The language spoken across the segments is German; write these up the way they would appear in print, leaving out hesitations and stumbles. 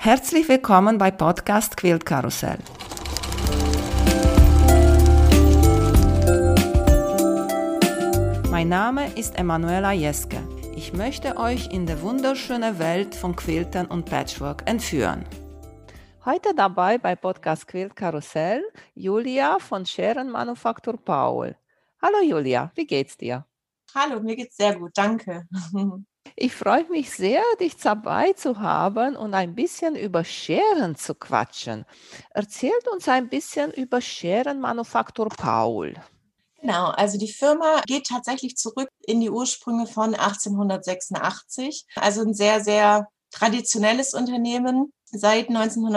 Herzlich willkommen bei Podcast Quilt Karussell. Mein Name ist Emanuela Jeske. Ich möchte euch in die wunderschöne Welt von Quiltern und Patchwork entführen. Heute dabei bei Podcast Quilt Karussell Julia von Scherenmanufaktur Paul. Hallo Julia, wie geht's dir? Hallo, mir geht's sehr gut, danke. Ich freue mich sehr, dich dabei zu haben und ein bisschen über Scheren zu quatschen. Erzählt uns ein bisschen über Scherenmanufaktur Paul. Genau, also die Firma geht tatsächlich zurück in die Ursprünge von 1886. Also ein sehr, sehr traditionelles Unternehmen. Seit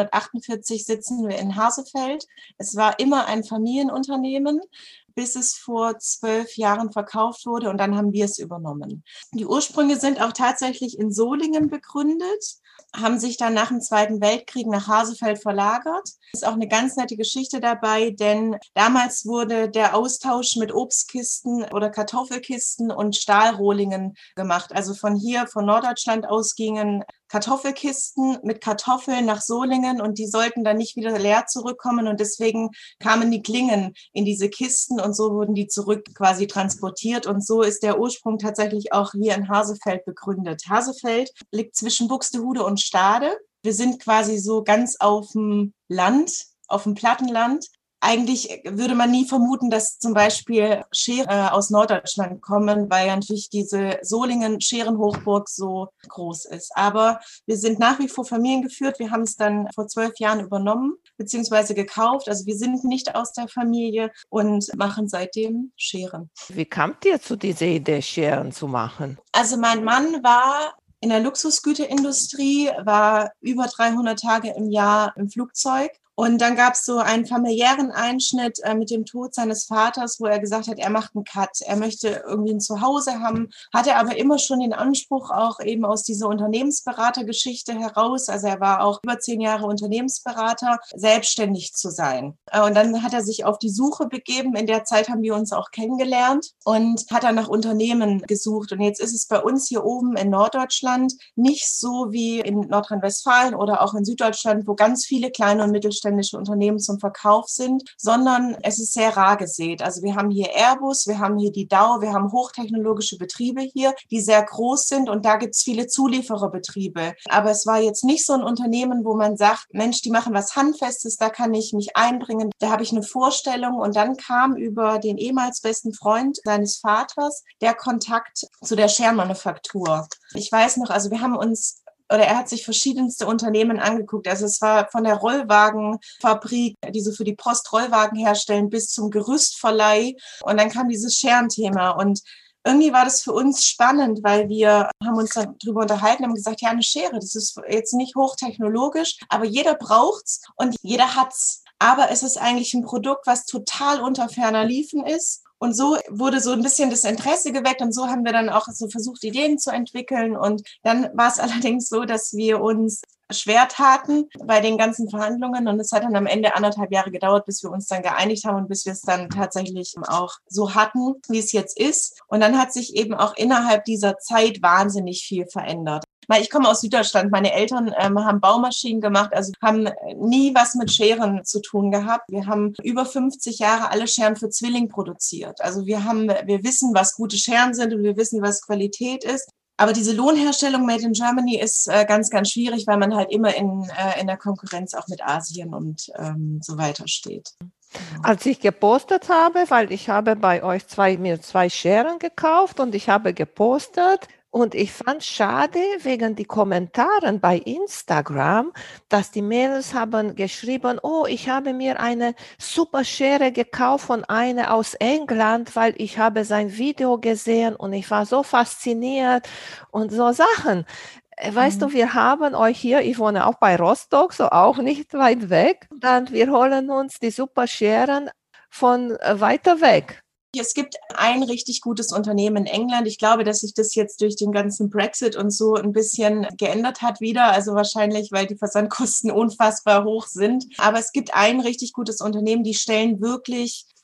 1948 sitzen wir in Hasefeld. Es war immer ein Familienunternehmen, bis es vor 12 Jahren verkauft wurde und dann haben wir es übernommen. Die Ursprünge sind auch tatsächlich in Solingen begründet, haben sich dann nach dem Zweiten Weltkrieg nach Hasefeld verlagert. Ist auch eine ganz nette Geschichte dabei, denn damals wurde der Austausch mit Obstkisten oder Kartoffelkisten und Stahlrohlingen gemacht. Also von hier, von Norddeutschland aus gingen Kartoffelkisten mit Kartoffeln nach Solingen und die sollten dann nicht wieder leer zurückkommen und deswegen kamen die Klingen in diese Kisten und so wurden die zurück quasi transportiert und so ist der Ursprung tatsächlich auch hier in Hasefeld begründet. Hasefeld liegt zwischen Buxtehude und Stade. Wir sind quasi so ganz auf dem Land, auf dem Plattenland. Eigentlich würde man nie vermuten, dass zum Beispiel Scheren aus Norddeutschland kommen, weil ja natürlich diese Solingen-Scherenhochburg so groß ist. Aber wir sind nach wie vor familiengeführt. Wir haben es dann vor 12 Jahren übernommen bzw. gekauft. Also wir sind nicht aus der Familie und machen seitdem Scheren. Wie kamt ihr zu dieser Idee, Scheren zu machen? Also mein Mann war in der Luxusgüterindustrie, war über 300 Tage im Jahr im Flugzeug. Und dann gab es so einen familiären Einschnitt mit dem Tod seines Vaters, wo er gesagt hat, er macht einen Cut. Er möchte irgendwie ein Zuhause haben, hatte aber immer schon den Anspruch, auch eben aus dieser Unternehmensberatergeschichte heraus, also er war auch über 10 Jahre Unternehmensberater, selbstständig zu sein. Und dann hat er sich auf die Suche begeben. In der Zeit haben wir uns auch kennengelernt und hat dann nach Unternehmen gesucht. Und jetzt ist es bei uns hier oben in Norddeutschland nicht so wie in Nordrhein-Westfalen oder auch in Süddeutschland, wo ganz viele kleine und mittelständische Unternehmen zum Verkauf sind, sondern es ist sehr rar gesät. Also wir haben hier Airbus, wir haben hier die Dow, wir haben hochtechnologische Betriebe hier, die sehr groß sind und da gibt es viele Zuliefererbetriebe. Aber es war jetzt nicht so ein Unternehmen, wo man sagt, Mensch, die machen was Handfestes, da kann ich mich einbringen, da habe ich eine Vorstellung und dann kam über den ehemals besten Freund seines Vaters der Kontakt zu der Scherenmanufaktur. Ich weiß noch, also wir haben uns er hat sich verschiedenste Unternehmen angeguckt. Also es war von der Rollwagenfabrik, die so für die Post Rollwagen herstellen, bis zum Gerüstverleih. Und dann kam dieses Scherenthema. Und irgendwie war das für uns spannend, weil wir haben uns dann drüber unterhalten und haben gesagt, ja, eine Schere, das ist jetzt nicht hochtechnologisch, aber jeder braucht's und jeder hat's. Aber es ist eigentlich ein Produkt, was total unter ferner Liefen ist. Und so wurde so ein bisschen das Interesse geweckt und so haben wir dann auch so versucht, Ideen zu entwickeln. Und dann war es allerdings so, dass wir uns schwer taten bei den ganzen Verhandlungen und es hat dann am Ende 1,5 Jahre gedauert, bis wir uns dann geeinigt haben und bis wir es dann tatsächlich auch so hatten, wie es jetzt ist. Und dann hat sich eben auch innerhalb dieser Zeit wahnsinnig viel verändert. Ich komme aus Süddeutschland. Meine Eltern haben Baumaschinen gemacht, also haben nie was mit Scheren zu tun gehabt. Wir haben über 50 Jahre alle Scheren für Zwilling produziert. Also wir wissen, was gute Scheren sind und wir wissen, was Qualität ist. Aber diese Lohnherstellung Made in Germany ist ganz, ganz schwierig, weil man halt immer in der Konkurrenz auch mit Asien und so weiter steht. Als ich gepostet habe, weil ich habe bei euch mir zwei Scheren gekauft und ich habe gepostet, und ich fand schade wegen die Kommentaren bei Instagram, dass die Mädels haben geschrieben, oh, ich habe mir eine super Schere gekauft von einer aus England, weil ich habe sein Video gesehen und ich war so fasziniert und so Sachen. Weißt du, wir haben euch hier, ich wohne auch bei Rostock, so auch nicht weit weg, und wir holen uns die super Scheren von weiter weg. Es gibt ein richtig gutes Unternehmen in England. Ich glaube, dass sich das jetzt durch den ganzen Brexit und so ein bisschen geändert hat wieder. Also wahrscheinlich, weil die Versandkosten unfassbar hoch sind. Aber es gibt ein richtig gutes Unternehmen, die stellen wirklich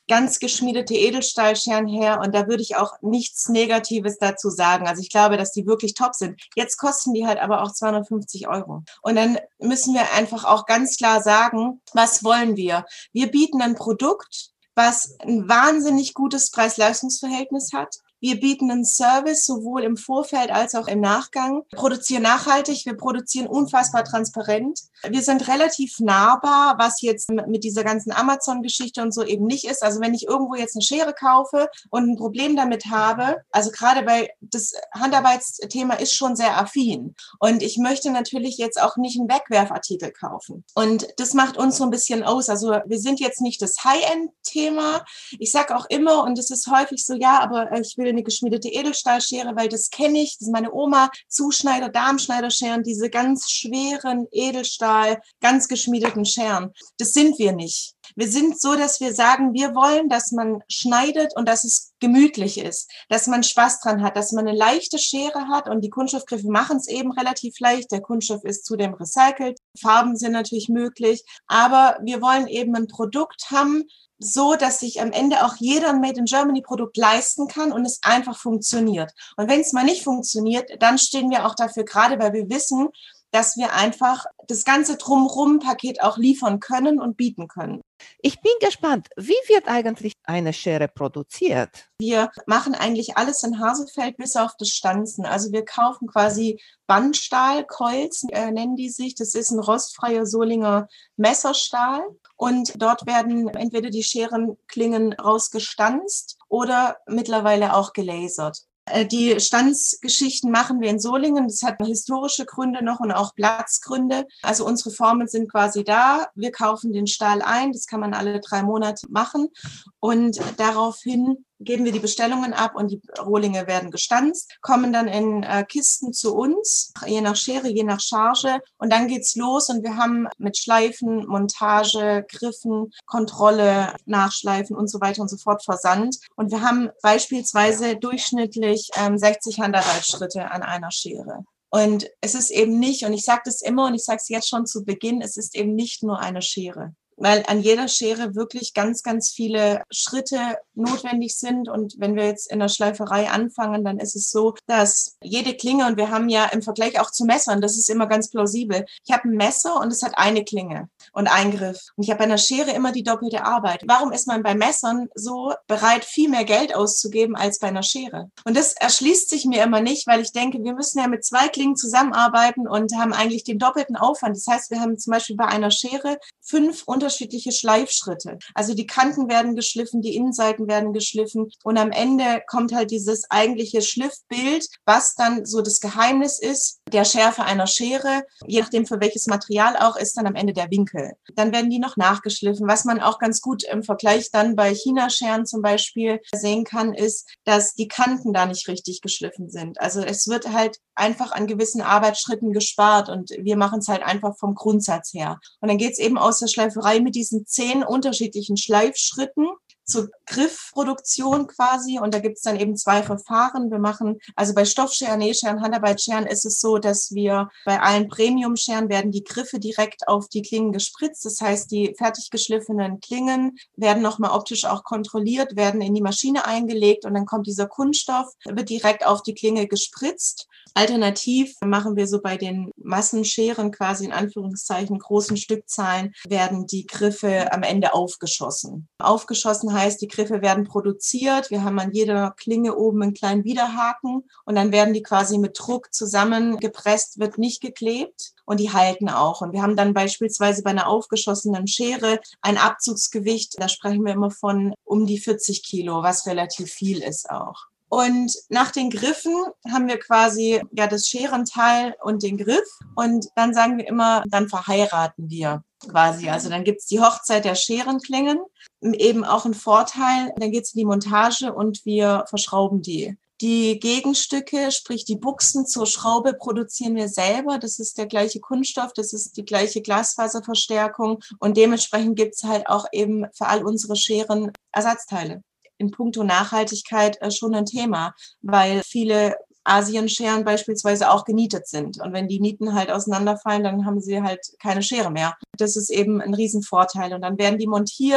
ganz geschmiedete Edelstahlscheren her und da würde ich auch nichts Negatives dazu sagen. Also ich glaube, dass die wirklich top sind. Jetzt kosten die halt aber auch 250 Euro. Und dann müssen wir einfach auch ganz klar sagen, was wollen wir? Wir bieten ein Produkt, was ein wahnsinnig gutes Preis-Leistungs-Verhältnis hat. Wir bieten einen Service sowohl im Vorfeld als auch im Nachgang. Wir produzieren nachhaltig, wir produzieren unfassbar transparent. Wir sind relativ nahbar, was jetzt mit dieser ganzen Amazon-Geschichte und so eben nicht ist. Also wenn ich irgendwo jetzt eine Schere kaufe und ein Problem damit habe, also gerade weil das Handarbeitsthema ist schon sehr affin und ich möchte natürlich jetzt auch nicht einen Wegwerfartikel kaufen. Und das macht uns so ein bisschen aus. Also wir sind jetzt nicht das High-End-Thema. Ich sage auch immer, und es ist häufig so, ja, aber ich will eine geschmiedete Edelstahlschere, weil das kenne ich, das ist meine Oma, Zuschneider, Darmschneiderscheren, diese ganz schweren Edelstahl, ganz geschmiedeten Scheren. Das sind wir nicht. Wir sind so, dass wir sagen, wir wollen, dass man schneidet und dass es gemütlich ist, dass man Spaß dran hat, dass man eine leichte Schere hat und die Kunststoffgriffe machen es eben relativ leicht. Der Kunststoff ist zudem recycelt, Farben sind natürlich möglich, aber wir wollen eben ein Produkt haben, so, dass sich am Ende auch jeder ein Made-in-Germany-Produkt leisten kann und es einfach funktioniert. Und wenn es mal nicht funktioniert, dann stehen wir auch dafür gerade, weil wir wissen, dass wir einfach das ganze Drumherum-Paket auch liefern können und bieten können. Ich bin gespannt, wie wird eigentlich eine Schere produziert? Wir machen eigentlich alles in Hasefeld bis auf das Stanzen. Also wir kaufen quasi Bandstahl-Coils, nennen die sich. Das ist ein rostfreier Solinger Messerstahl. Und dort werden entweder die Scherenklingen rausgestanzt oder mittlerweile auch gelasert. Die Stanzgeschichten machen wir in Solingen. Das hat historische Gründe noch und auch Platzgründe. Also unsere Formen sind quasi da. Wir kaufen den Stahl ein. Das kann man alle 3 Monate machen. Und daraufhin geben wir die Bestellungen ab und die Rohlinge werden gestanzt, kommen dann in Kisten zu uns, je nach Schere, je nach Charge. Und dann geht's los und wir haben mit Schleifen, Montage, Griffen, Kontrolle, Nachschleifen und so weiter und so fort Versand. Und wir haben beispielsweise durchschnittlich 60 Handarbeitsschritte an einer Schere. Und es ist eben nicht, und ich sage das immer und ich sage es jetzt schon zu Beginn, es ist eben nicht nur eine Schere. Weil an jeder Schere wirklich ganz, ganz viele Schritte notwendig sind. Und wenn wir jetzt in der Schleiferei anfangen, dann ist es so, dass jede Klinge, und wir haben ja im Vergleich auch zu Messern, das ist immer ganz plausibel. Ich habe ein Messer und es hat eine Klinge und einen Griff. Und ich habe bei einer Schere immer die doppelte Arbeit. Warum ist man bei Messern so bereit, viel mehr Geld auszugeben als bei einer Schere? Und das erschließt sich mir immer nicht, weil ich denke, wir müssen ja mit 2 Klingen zusammenarbeiten und haben eigentlich den doppelten Aufwand. Das heißt, wir haben zum Beispiel bei einer Schere 5 unterschiedliche Schleifschritte. Also die Kanten werden geschliffen, die Innenseiten werden geschliffen und am Ende kommt halt dieses eigentliche Schliffbild, was dann so das Geheimnis ist der Schärfe einer Schere. Je nachdem für welches Material auch, ist dann am Ende der Winkel. Dann werden die noch nachgeschliffen. Was man auch ganz gut im Vergleich dann bei China-Scheren zum Beispiel sehen kann, ist, dass die Kanten da nicht richtig geschliffen sind. Also es wird halt einfach an gewissen Arbeitsschritten gespart und wir machen es halt einfach vom Grundsatz her. Und dann geht es eben aus der Schleiferei mit diesen 10 unterschiedlichen Schleifschritten zur Griffproduktion quasi. Und da gibt es dann eben 2 Verfahren. Wir machen, also bei Stoffscheren, Nähscheren, Handarbeitsscheren ist es so, dass wir bei allen Premium-Scheren werden die Griffe direkt auf die Klingen gespritzt. Das heißt, die fertig geschliffenen Klingen werden nochmal optisch auch kontrolliert, werden in die Maschine eingelegt und dann kommt dieser Kunststoff, wird direkt auf die Klinge gespritzt. Alternativ machen wir so bei den Massenscheren quasi in Anführungszeichen großen Stückzahlen, werden die Griffe am Ende aufgeschossen. Aufgeschossen heißt, die Griffe werden produziert. Wir haben an jeder Klinge oben einen kleinen Widerhaken und dann werden die quasi mit Druck zusammengepresst, wird nicht geklebt und die halten auch. Und wir haben dann beispielsweise bei einer aufgeschossenen Schere ein Abzugsgewicht, da sprechen wir immer von um die 40 Kilo, was relativ viel ist auch. Und nach den Griffen haben wir quasi ja das Scherenteil und den Griff und dann sagen wir immer, dann verheiraten wir quasi. Also dann gibt's die Hochzeit der Scherenklingen, eben auch ein Vorteil, dann geht's in die Montage und wir verschrauben die. Die Gegenstücke, sprich die Buchsen zur Schraube, produzieren wir selber. Das ist der gleiche Kunststoff, das ist die gleiche Glasfaserverstärkung und dementsprechend gibt's halt auch eben für all unsere Scheren Ersatzteile. In puncto Nachhaltigkeit schon ein Thema, weil viele Asienscheren beispielsweise auch genietet sind. Und wenn die Nieten halt auseinanderfallen, dann haben sie halt keine Schere mehr. Das ist eben ein Riesenvorteil. Und dann werden die montiert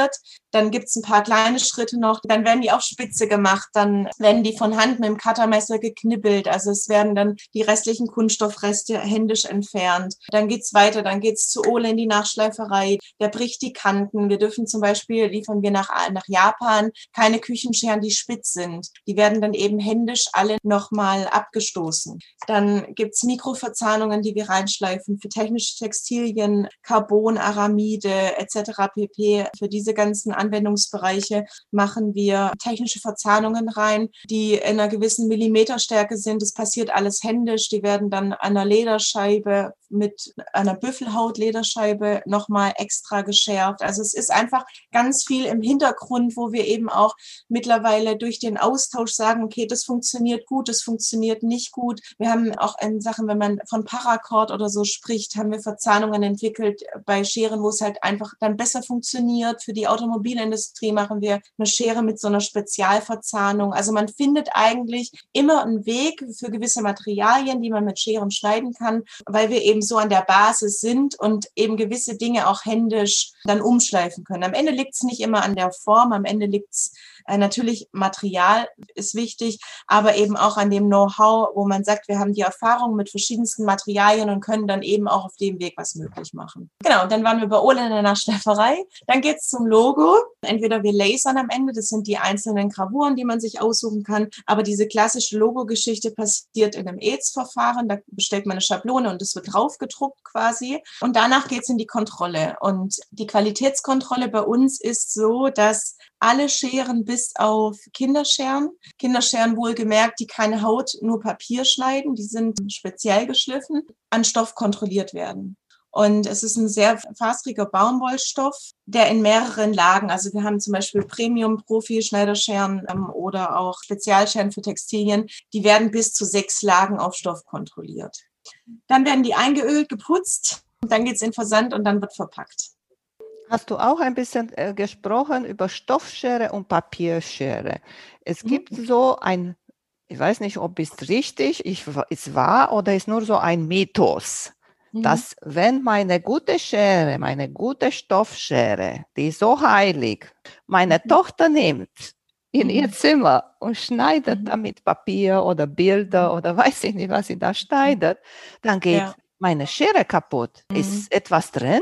Dann gibt's ein paar kleine Schritte noch. Dann werden die auf Spitze gemacht. Dann werden die von Hand mit dem Cuttermesser geknibbelt. Also es werden dann die restlichen Kunststoffreste händisch entfernt. Dann geht's weiter. Dann geht's zu Ole in die Nachschleiferei. Der bricht die Kanten. Wir dürfen zum Beispiel, liefern wir nach Japan, keine Küchenscheren, die spitz sind. Die werden dann eben händisch alle nochmal abgestoßen. Dann gibt's Mikroverzahnungen, die wir reinschleifen für technische Textilien, Carbon, Aramide etc. pp. Für diese ganzen Anwendungsbereiche machen wir technische Verzahnungen rein, die in einer gewissen Millimeterstärke sind. Das passiert alles händisch. Die werden dann an einer Lederscheibe mit einer Büffelhautlederscheibe nochmal extra geschärft. Also es ist einfach ganz viel im Hintergrund, wo wir eben auch mittlerweile durch den Austausch sagen, okay, das funktioniert gut, das funktioniert nicht gut. Wir haben auch in Sachen, wenn man von Paracord oder so spricht, haben wir Verzahnungen entwickelt bei Scheren, wo es halt einfach dann besser funktioniert. Für die Automobilindustrie machen wir eine Schere mit so einer Spezialverzahnung. Also man findet eigentlich immer einen Weg für gewisse Materialien, die man mit Scheren schneiden kann, weil wir eben so an der Basis sind und eben gewisse Dinge auch händisch dann umschleifen können. Am Ende liegt es nicht immer an der Form, am Ende liegt es natürlich, Material ist wichtig, aber eben auch an dem Know-how, wo man sagt, wir haben die Erfahrung mit verschiedensten Materialien und können dann eben auch auf dem Weg was möglich machen. Genau, und dann waren wir bei Ole in der Nachschleiferei. Dann geht's zum Logo. Entweder wir lasern am Ende, das sind die einzelnen Gravuren, die man sich aussuchen kann, aber diese klassische Logo-Geschichte passiert in einem EZ-Verfahren. Da bestellt man eine Schablone und das wird draufgedruckt quasi. Und danach geht's in die Kontrolle. Und die Qualitätskontrolle bei uns ist so, dass alle Scheren bis auf Kinderscheren wohlgemerkt, die keine Haut, nur Papier schneiden, die sind speziell geschliffen, an Stoff kontrolliert werden. Und es ist ein sehr faseriger Baumwollstoff, der in mehreren Lagen, also wir haben zum Beispiel Premium-Profi-Schneiderscheren oder auch Spezialscheren für Textilien, die werden bis zu 6 Lagen auf Stoff kontrolliert. Dann werden die eingeölt, geputzt, dann geht's in Versand und dann wird verpackt. Hast du auch ein bisschen gesprochen über Stoffschere und Papierschere. Es gibt so ein, ich weiß nicht, ob es richtig ist wahr oder ist nur so ein Mythos, dass wenn meine gute Schere, meine gute Stoffschere, die ist so heilig, meine Tochter nimmt in ihr Zimmer und schneidet damit Papier oder Bilder oder weiß ich nicht, was sie da schneidet, dann geht meine Schere kaputt. Ist etwas drin?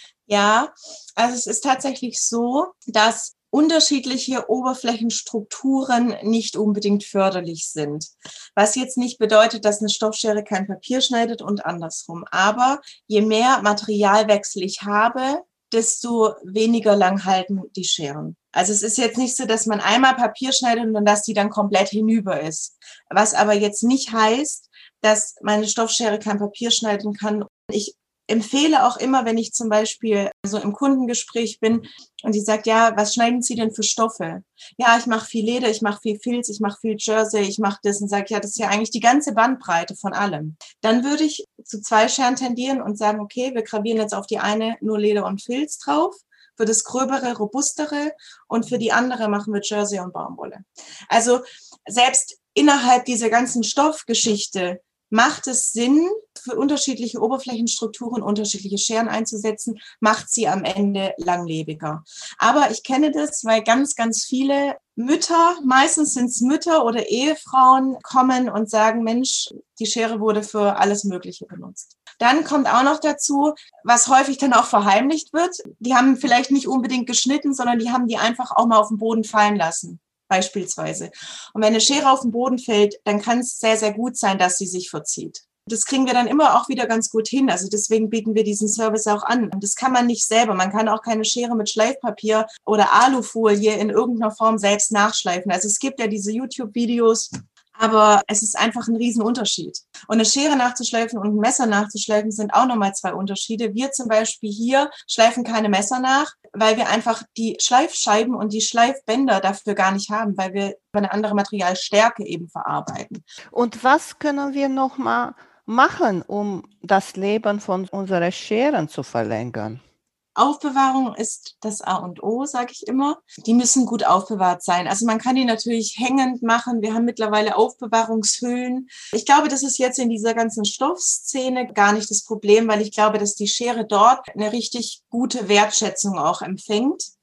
Ja, also es ist tatsächlich so, dass unterschiedliche Oberflächenstrukturen nicht unbedingt förderlich sind. Was jetzt nicht bedeutet, dass eine Stoffschere kein Papier schneidet und andersrum. Aber je mehr Materialwechsel ich habe, desto weniger lang halten die Scheren. Also es ist jetzt nicht so, dass man einmal Papier schneidet und dass die dann komplett hinüber ist. Was aber jetzt nicht heißt, dass meine Stoffschere kein Papier schneiden kann. Ich empfehle auch immer, wenn ich zum Beispiel so im Kundengespräch bin und die sagt, ja, was schneiden Sie denn für Stoffe? Ja, ich mache viel Leder, ich mache viel Filz, ich mache viel Jersey, ich mache das und sage, ja, das ist ja eigentlich die ganze Bandbreite von allem. Dann würde ich zu 2 Scheren tendieren und sagen, okay, wir gravieren jetzt auf die eine nur Leder und Filz drauf, für das gröbere, robustere und für die andere machen wir Jersey und Baumwolle. Also selbst innerhalb dieser ganzen Stoffgeschichte macht es Sinn, für unterschiedliche Oberflächenstrukturen unterschiedliche Scheren einzusetzen, macht sie am Ende langlebiger. Aber ich kenne das, weil ganz, ganz viele Mütter, meistens sind es Mütter oder Ehefrauen, kommen und sagen, Mensch, die Schere wurde für alles Mögliche benutzt. Dann kommt auch noch dazu, was häufig dann auch verheimlicht wird, die haben vielleicht nicht unbedingt geschnitten, sondern die haben die einfach auch mal auf den Boden fallen lassen. Beispielsweise. Und wenn eine Schere auf den Boden fällt, dann kann es sehr, sehr gut sein, dass sie sich verzieht. Das kriegen wir dann immer auch wieder ganz gut hin. Also deswegen bieten wir diesen Service auch an. Und das kann man nicht selber. Man kann auch keine Schere mit Schleifpapier oder Alufolie in irgendeiner Form selbst nachschleifen. Also es gibt ja diese YouTube-Videos, aber es ist einfach ein Riesenunterschied. Und eine Schere nachzuschleifen und ein Messer nachzuschleifen sind auch nochmal 2 Unterschiede. Wir zum Beispiel hier schleifen keine Messer nach, weil wir einfach die Schleifscheiben und die Schleifbänder dafür gar nicht haben, weil wir eine andere Materialstärke eben verarbeiten. Und was können wir nochmal machen, um das Leben von unseren Scheren zu verlängern? Aufbewahrung ist das A und O, sage ich immer. Die müssen gut aufbewahrt sein. Also man kann die natürlich hängend machen. Wir haben mittlerweile Aufbewahrungshüllen. Ich glaube, das ist jetzt in dieser ganzen Stoffszene gar nicht das Problem, weil ich glaube, dass die Schere dort eine richtig gute Wertschätzung auch empfängt.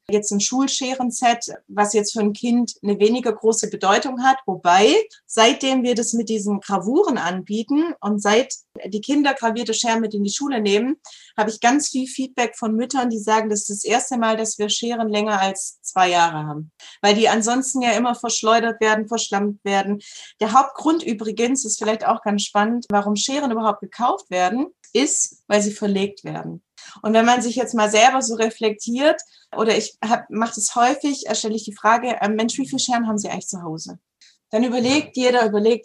jetzt ein Schulscherenset, was jetzt für ein Kind eine weniger große Bedeutung hat. Wobei, seitdem wir das mit diesen Gravuren anbieten und seit die Kinder gravierte Scheren mit in die Schule nehmen, habe ich ganz viel Feedback von Müttern, die sagen, das ist das erste Mal, dass wir Scheren länger als 2 Jahre haben. Weil die ansonsten ja immer verschleudert werden, verschlammt werden. Der Hauptgrund übrigens ist vielleicht auch ganz spannend, warum Scheren überhaupt gekauft werden, ist, weil sie verlegt werden. Und wenn man sich jetzt mal selber so reflektiert, oder ich mache das häufig, stelle ich die Frage, Mensch, wie viele Scheren haben Sie eigentlich zu Hause? Dann überlegt jeder.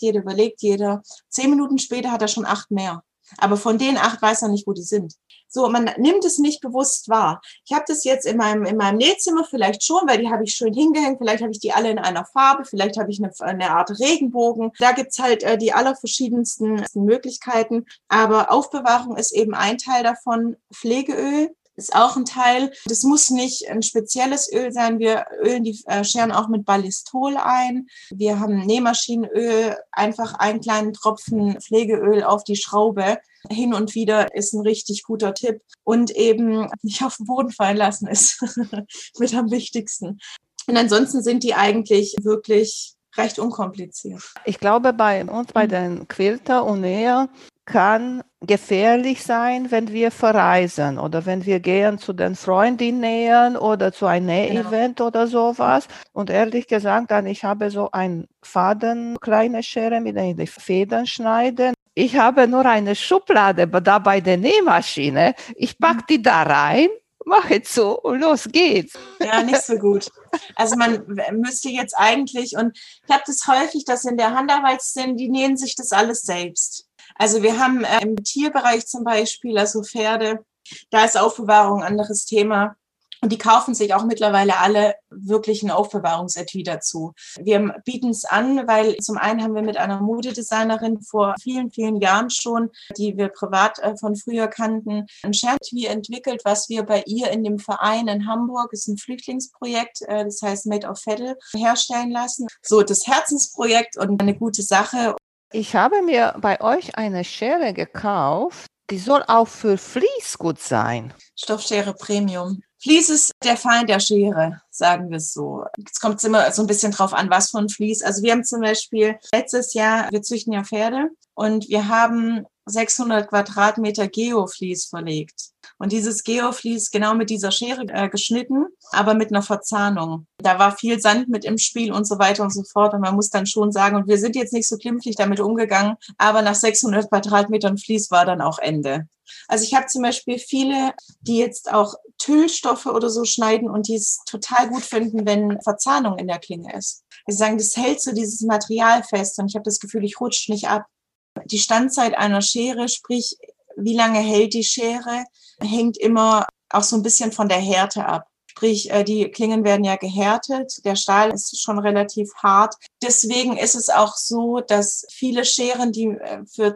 10 Minuten später hat er schon 8 mehr. Aber von den 8 weiß er nicht, wo die sind. So, man nimmt es nicht bewusst wahr. Ich habe das jetzt in meinem Nähzimmer vielleicht schon, weil die habe ich schön hingehängt. Vielleicht habe ich die alle in einer Farbe. Vielleicht habe ich eine Art Regenbogen. Da gibt's halt die allerverschiedensten Möglichkeiten. Aber Aufbewahrung ist eben ein Teil davon. Pflegeöl ist auch ein Teil. Das muss nicht ein spezielles Öl sein. Wir ölen die Scheren auch mit Ballistol ein. Wir haben Nähmaschinenöl, einfach einen kleinen Tropfen Pflegeöl auf die Schraube. Hin und wieder ist ein richtig guter Tipp. Und eben nicht auf den Boden fallen lassen ist mit am wichtigsten. Und ansonsten sind die eigentlich wirklich recht unkompliziert. Ich glaube, bei uns, bei den Quilter und Näher, kann gefährlich sein, wenn wir verreisen oder wenn wir gehen zu den Freundinnen oder zu einem Näh-Event oder sowas. Und ehrlich gesagt, dann ich habe so ein Faden, kleine Schere, mit der ich die Fäden schneide. Ich habe nur eine Schublade da bei der Nähmaschine. Ich packe die da rein, mache zu und los geht's. Ja, nicht so gut. Also man müsste jetzt eigentlich, und ich habe das häufig, dass in der Handarbeitsszene, die nähen sich das alles selbst. Also wir haben im Tierbereich zum Beispiel, also Pferde, da ist Aufbewahrung ein anderes Thema. Und die kaufen sich auch mittlerweile alle wirklich ein Aufbewahrungsetui dazu. Wir bieten es an, weil zum einen haben wir mit einer Modedesignerin vor vielen, vielen Jahren schon, die wir privat von früher kannten, ein Scherenetui entwickelt, was wir bei ihr in dem Verein in Hamburg, ist ein Flüchtlingsprojekt, das heißt Made of Veddel, herstellen lassen. So das Herzensprojekt und eine gute Sache. Ich habe mir bei euch eine Schere gekauft, die soll auch für Vlies gut sein. Stoffschere Premium. Vlies ist der Feind der Schere, sagen wir es so. Jetzt kommt es immer so ein bisschen drauf an, was für ein Vlies. Also wir haben zum Beispiel letztes Jahr, wir züchten ja Pferde und wir haben 600 Quadratmeter Geovlies verlegt. Und dieses Geovlies genau mit dieser Schere geschnitten, aber mit einer Verzahnung. Da war viel Sand mit im Spiel und so weiter und so fort. Und man muss dann schon sagen, und wir sind jetzt nicht so glimpflich damit umgegangen, aber nach 600 Quadratmetern Vlies war dann auch Ende. Also ich habe zum Beispiel viele, die jetzt auch Tüllstoffe oder so schneiden und die es total gut finden, wenn Verzahnung in der Klinge ist. Sie sagen, das hält so dieses Material fest und ich habe das Gefühl, ich rutsche nicht ab. Die Standzeit einer Schere, sprich, wie lange hält die Schere, hängt immer auch so ein bisschen von der Härte ab. Sprich, die Klingen werden ja gehärtet, der Stahl ist schon relativ hart. Deswegen ist es auch so, dass viele Scheren, die für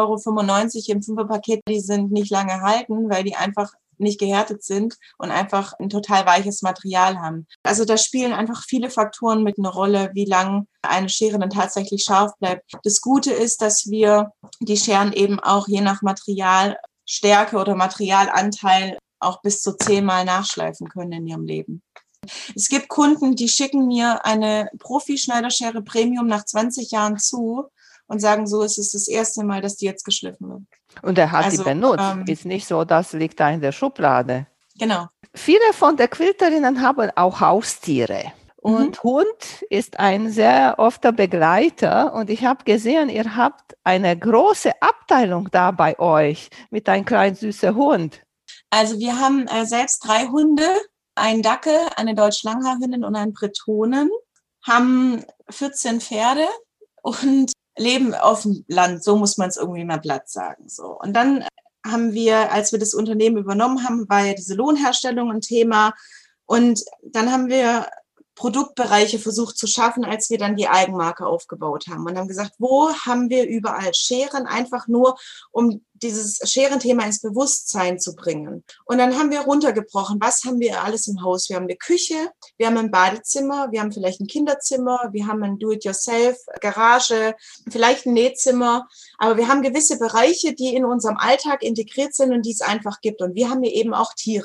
3,95 € im Fünferpaket, die sind nicht lange halten, weil die einfach nicht gehärtet sind und einfach ein total weiches Material haben. Also da spielen einfach viele Faktoren mit eine Rolle, wie lang eine Schere dann tatsächlich scharf bleibt. Das Gute ist, dass wir die Scheren eben auch je nach Materialstärke oder Materialanteil auch bis zu 10-mal nachschleifen können in ihrem Leben. Es gibt Kunden, die schicken mir eine Profi-Schneiderschere Premium nach 20 Jahren zu und sagen, so ist es das erste Mal, dass die jetzt geschliffen wird. Und er hat die benutzt. Ist nicht so, das liegt da in der Schublade. Genau. Viele von den Quilterinnen haben auch Haustiere. Und Hund ist ein sehr ofter Begleiter. Und ich habe gesehen, ihr habt eine große Abteilung da bei euch mit einem kleinen süßen Hund. Also wir haben selbst 3 Hunde, einen Dackel, eine Deutsch-Langhaarhündin und einen Bretonen, haben 14 Pferde und leben auf dem Land, so muss man es irgendwie mal platt sagen. So. Und dann haben wir, als wir das Unternehmen übernommen haben, war ja diese Lohnherstellung ein Thema. Und dann haben wir Produktbereiche versucht zu schaffen, als wir dann die Eigenmarke aufgebaut haben und haben gesagt, wo haben wir überall Scheren, einfach nur, um dieses Scherenthema ins Bewusstsein zu bringen. Und dann haben wir runtergebrochen, was haben wir alles im Haus? Wir haben eine Küche, wir haben ein Badezimmer, wir haben vielleicht ein Kinderzimmer, wir haben ein Do-it-yourself, Garage, vielleicht ein Nähzimmer, aber wir haben gewisse Bereiche, die in unserem Alltag integriert sind und die es einfach gibt. Und wir haben hier eben auch Tiere.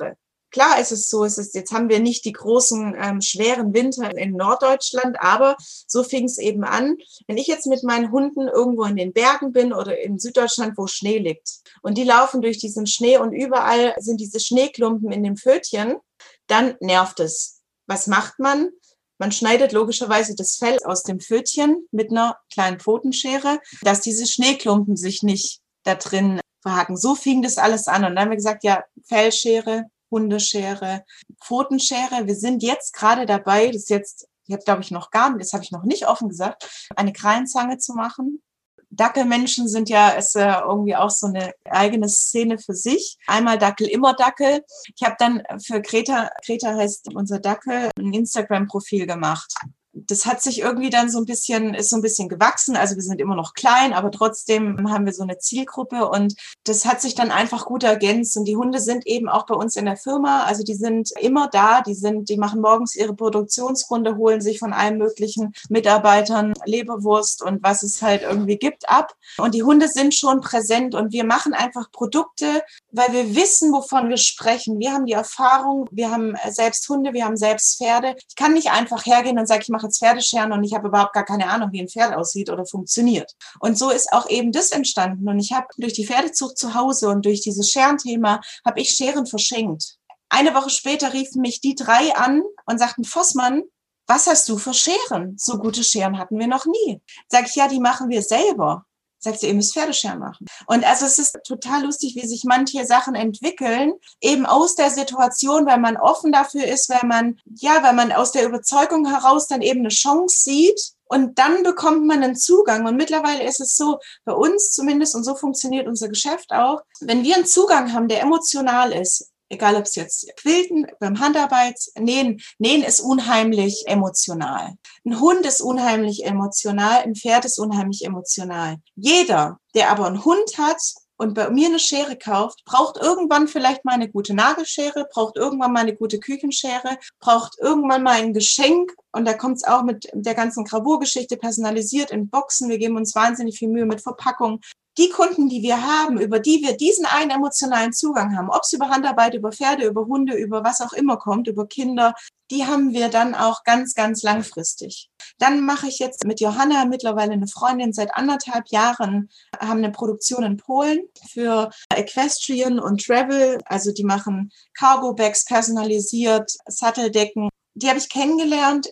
Klar ist es so, jetzt haben wir nicht die großen, schweren Winter in Norddeutschland, aber so fing es eben an. Wenn ich jetzt mit meinen Hunden irgendwo in den Bergen bin oder in Süddeutschland, wo Schnee liegt und die laufen durch diesen Schnee und überall sind diese Schneeklumpen in dem Pfötchen, dann nervt es. Was macht man? Man schneidet logischerweise das Fell aus dem Pfötchen mit einer kleinen Pfotenschere, dass diese Schneeklumpen sich nicht da drin verhaken. So fing das alles an. Und dann haben wir gesagt, ja, Fellschere, Hundeschere, Pfotenschere. Wir sind jetzt gerade dabei, das habe ich noch nicht offen gesagt, eine Krallenzange zu machen. Dackelmenschen ist ja irgendwie auch so eine eigene Szene für sich. Einmal Dackel, immer Dackel. Ich habe dann für Greta heißt unser Dackel, ein Instagram-Profil gemacht. Das hat sich irgendwie dann ist so ein bisschen gewachsen. Also wir sind immer noch klein, aber trotzdem haben wir so eine Zielgruppe und das hat sich dann einfach gut ergänzt. Und die Hunde sind eben auch bei uns in der Firma. Also die sind immer da. Die machen morgens ihre Produktionsrunde, holen sich von allen möglichen Mitarbeitern Leberwurst und was es halt irgendwie gibt ab. Und die Hunde sind schon präsent und wir machen einfach Produkte, weil wir wissen, wovon wir sprechen. Wir haben die Erfahrung, wir haben selbst Hunde, wir haben selbst Pferde. Ich kann nicht einfach hergehen und sagen, ich mache jetzt Pferdescheren und ich habe überhaupt gar keine Ahnung, wie ein Pferd aussieht oder funktioniert. Und so ist auch eben das entstanden. Und ich habe durch die Pferdezucht zu Hause und durch dieses Scherenthema habe ich Scheren verschenkt. Eine Woche später riefen mich die 3 an und sagten, Vossmann, was hast du für Scheren? So gute Scheren hatten wir noch nie. Sag ich, ja, die machen wir selber. Sagt sie, ihr müsst Pferdescheren machen. Und also es ist total lustig, wie sich manche Sachen entwickeln, eben aus der Situation, weil man offen dafür ist, weil man aus der Überzeugung heraus dann eben eine Chance sieht und dann bekommt man einen Zugang. Und mittlerweile ist es so, bei uns zumindest, und so funktioniert unser Geschäft auch, wenn wir einen Zugang haben, der emotional ist, egal ob es jetzt Quilten, beim Handarbeit, Nähen ist unheimlich emotional. Ein Hund ist unheimlich emotional, ein Pferd ist unheimlich emotional. Jeder, der aber einen Hund hat und bei mir eine Schere kauft, braucht irgendwann vielleicht mal eine gute Nagelschere, braucht irgendwann mal eine gute Küchenschere, braucht irgendwann mal ein Geschenk. Und da kommt es auch mit der ganzen Gravurgeschichte personalisiert in Boxen. Wir geben uns wahnsinnig viel Mühe mit Verpackung. Die Kunden, die wir haben, über die wir diesen einen emotionalen Zugang haben, ob es über Handarbeit, über Pferde, über Hunde, über was auch immer kommt, über Kinder, die haben wir dann auch ganz, ganz langfristig. Dann mache ich jetzt mit Johanna, mittlerweile eine Freundin, seit 1,5 Jahren, haben eine Produktion in Polen für Equestrian und Travel. Also die machen Cargo-Bags personalisiert, Satteldecken. Die habe ich kennengelernt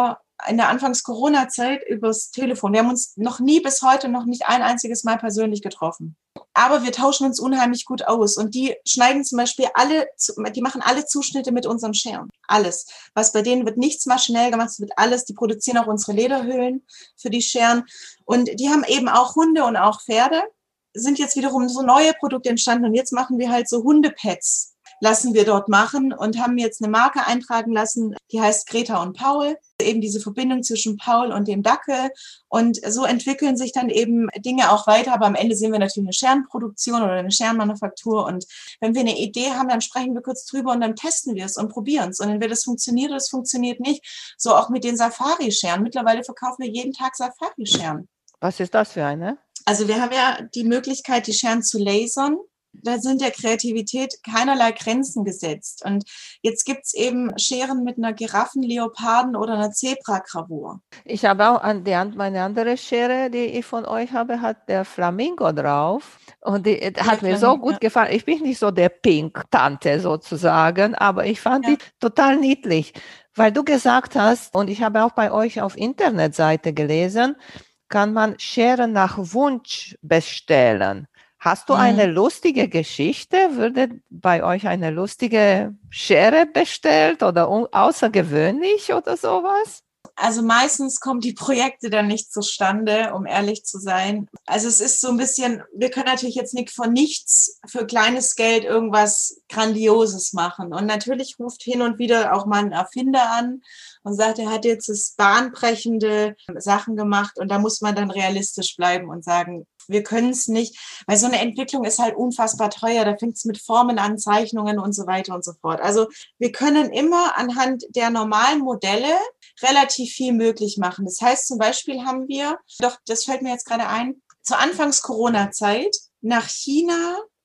in der Anfangs-Corona-Zeit übers Telefon. Wir haben uns bis heute noch nicht ein einziges Mal persönlich getroffen. Aber wir tauschen uns unheimlich gut aus. Und die schneiden zum Beispiel die machen alle Zuschnitte mit unseren Scheren. Alles. Was bei denen wird nichts maschinell gemacht, es wird alles. Die produzieren auch unsere Lederhüllen für die Scheren. Und die haben eben auch Hunde und auch Pferde. Sind jetzt wiederum so neue Produkte entstanden. Und jetzt machen wir halt so Hundepads. Lassen wir dort machen und haben jetzt eine Marke eintragen lassen, die heißt Greta und Paul. Eben diese Verbindung zwischen Paul und dem Dackel. Und so entwickeln sich dann eben Dinge auch weiter. Aber am Ende sehen wir natürlich eine Scherenproduktion oder eine Scherenmanufaktur. Und wenn wir eine Idee haben, dann sprechen wir kurz drüber und dann testen wir es und probieren es. Und entweder es funktioniert oder es funktioniert nicht. So auch mit den Safari-Scheren. Mittlerweile verkaufen wir jeden Tag Safari-Scheren. Was ist das für eine? Also wir haben ja die Möglichkeit, die Scheren zu lasern. Da sind der Kreativität keinerlei Grenzen gesetzt. Und jetzt gibt's eben Scheren mit einer Giraffen-, Leoparden- oder einer Zebra-Gravur. Ich habe auch meine andere Schere, die ich von euch habe, hat der Flamingo drauf. Und die hat mir so gut gefallen. Ich bin nicht so der Pink-Tante sozusagen, aber ich fand die total niedlich. Weil du gesagt hast, und ich habe auch bei euch auf Internetseite gelesen, kann man Scheren nach Wunsch bestellen. Hast du eine lustige Geschichte? Würde bei euch eine lustige Schere bestellt oder außergewöhnlich oder sowas? Also meistens kommen die Projekte dann nicht zustande, um ehrlich zu sein. Also es ist so ein bisschen, wir können natürlich jetzt nicht von nichts für kleines Geld irgendwas Grandioses machen. Und natürlich ruft hin und wieder auch mal ein Erfinder an und sagt, er hat jetzt das bahnbrechende Sachen gemacht. Und da muss man dann realistisch bleiben und sagen, wir können es nicht, weil so eine Entwicklung ist halt unfassbar teuer. Da fängt es mit Formen an, Zeichnungen und so weiter und so fort. Also wir können immer anhand der normalen Modelle relativ viel möglich machen. Das heißt, zum Beispiel haben wir, das fällt mir jetzt gerade ein, zur Anfangs-Corona-Zeit nach China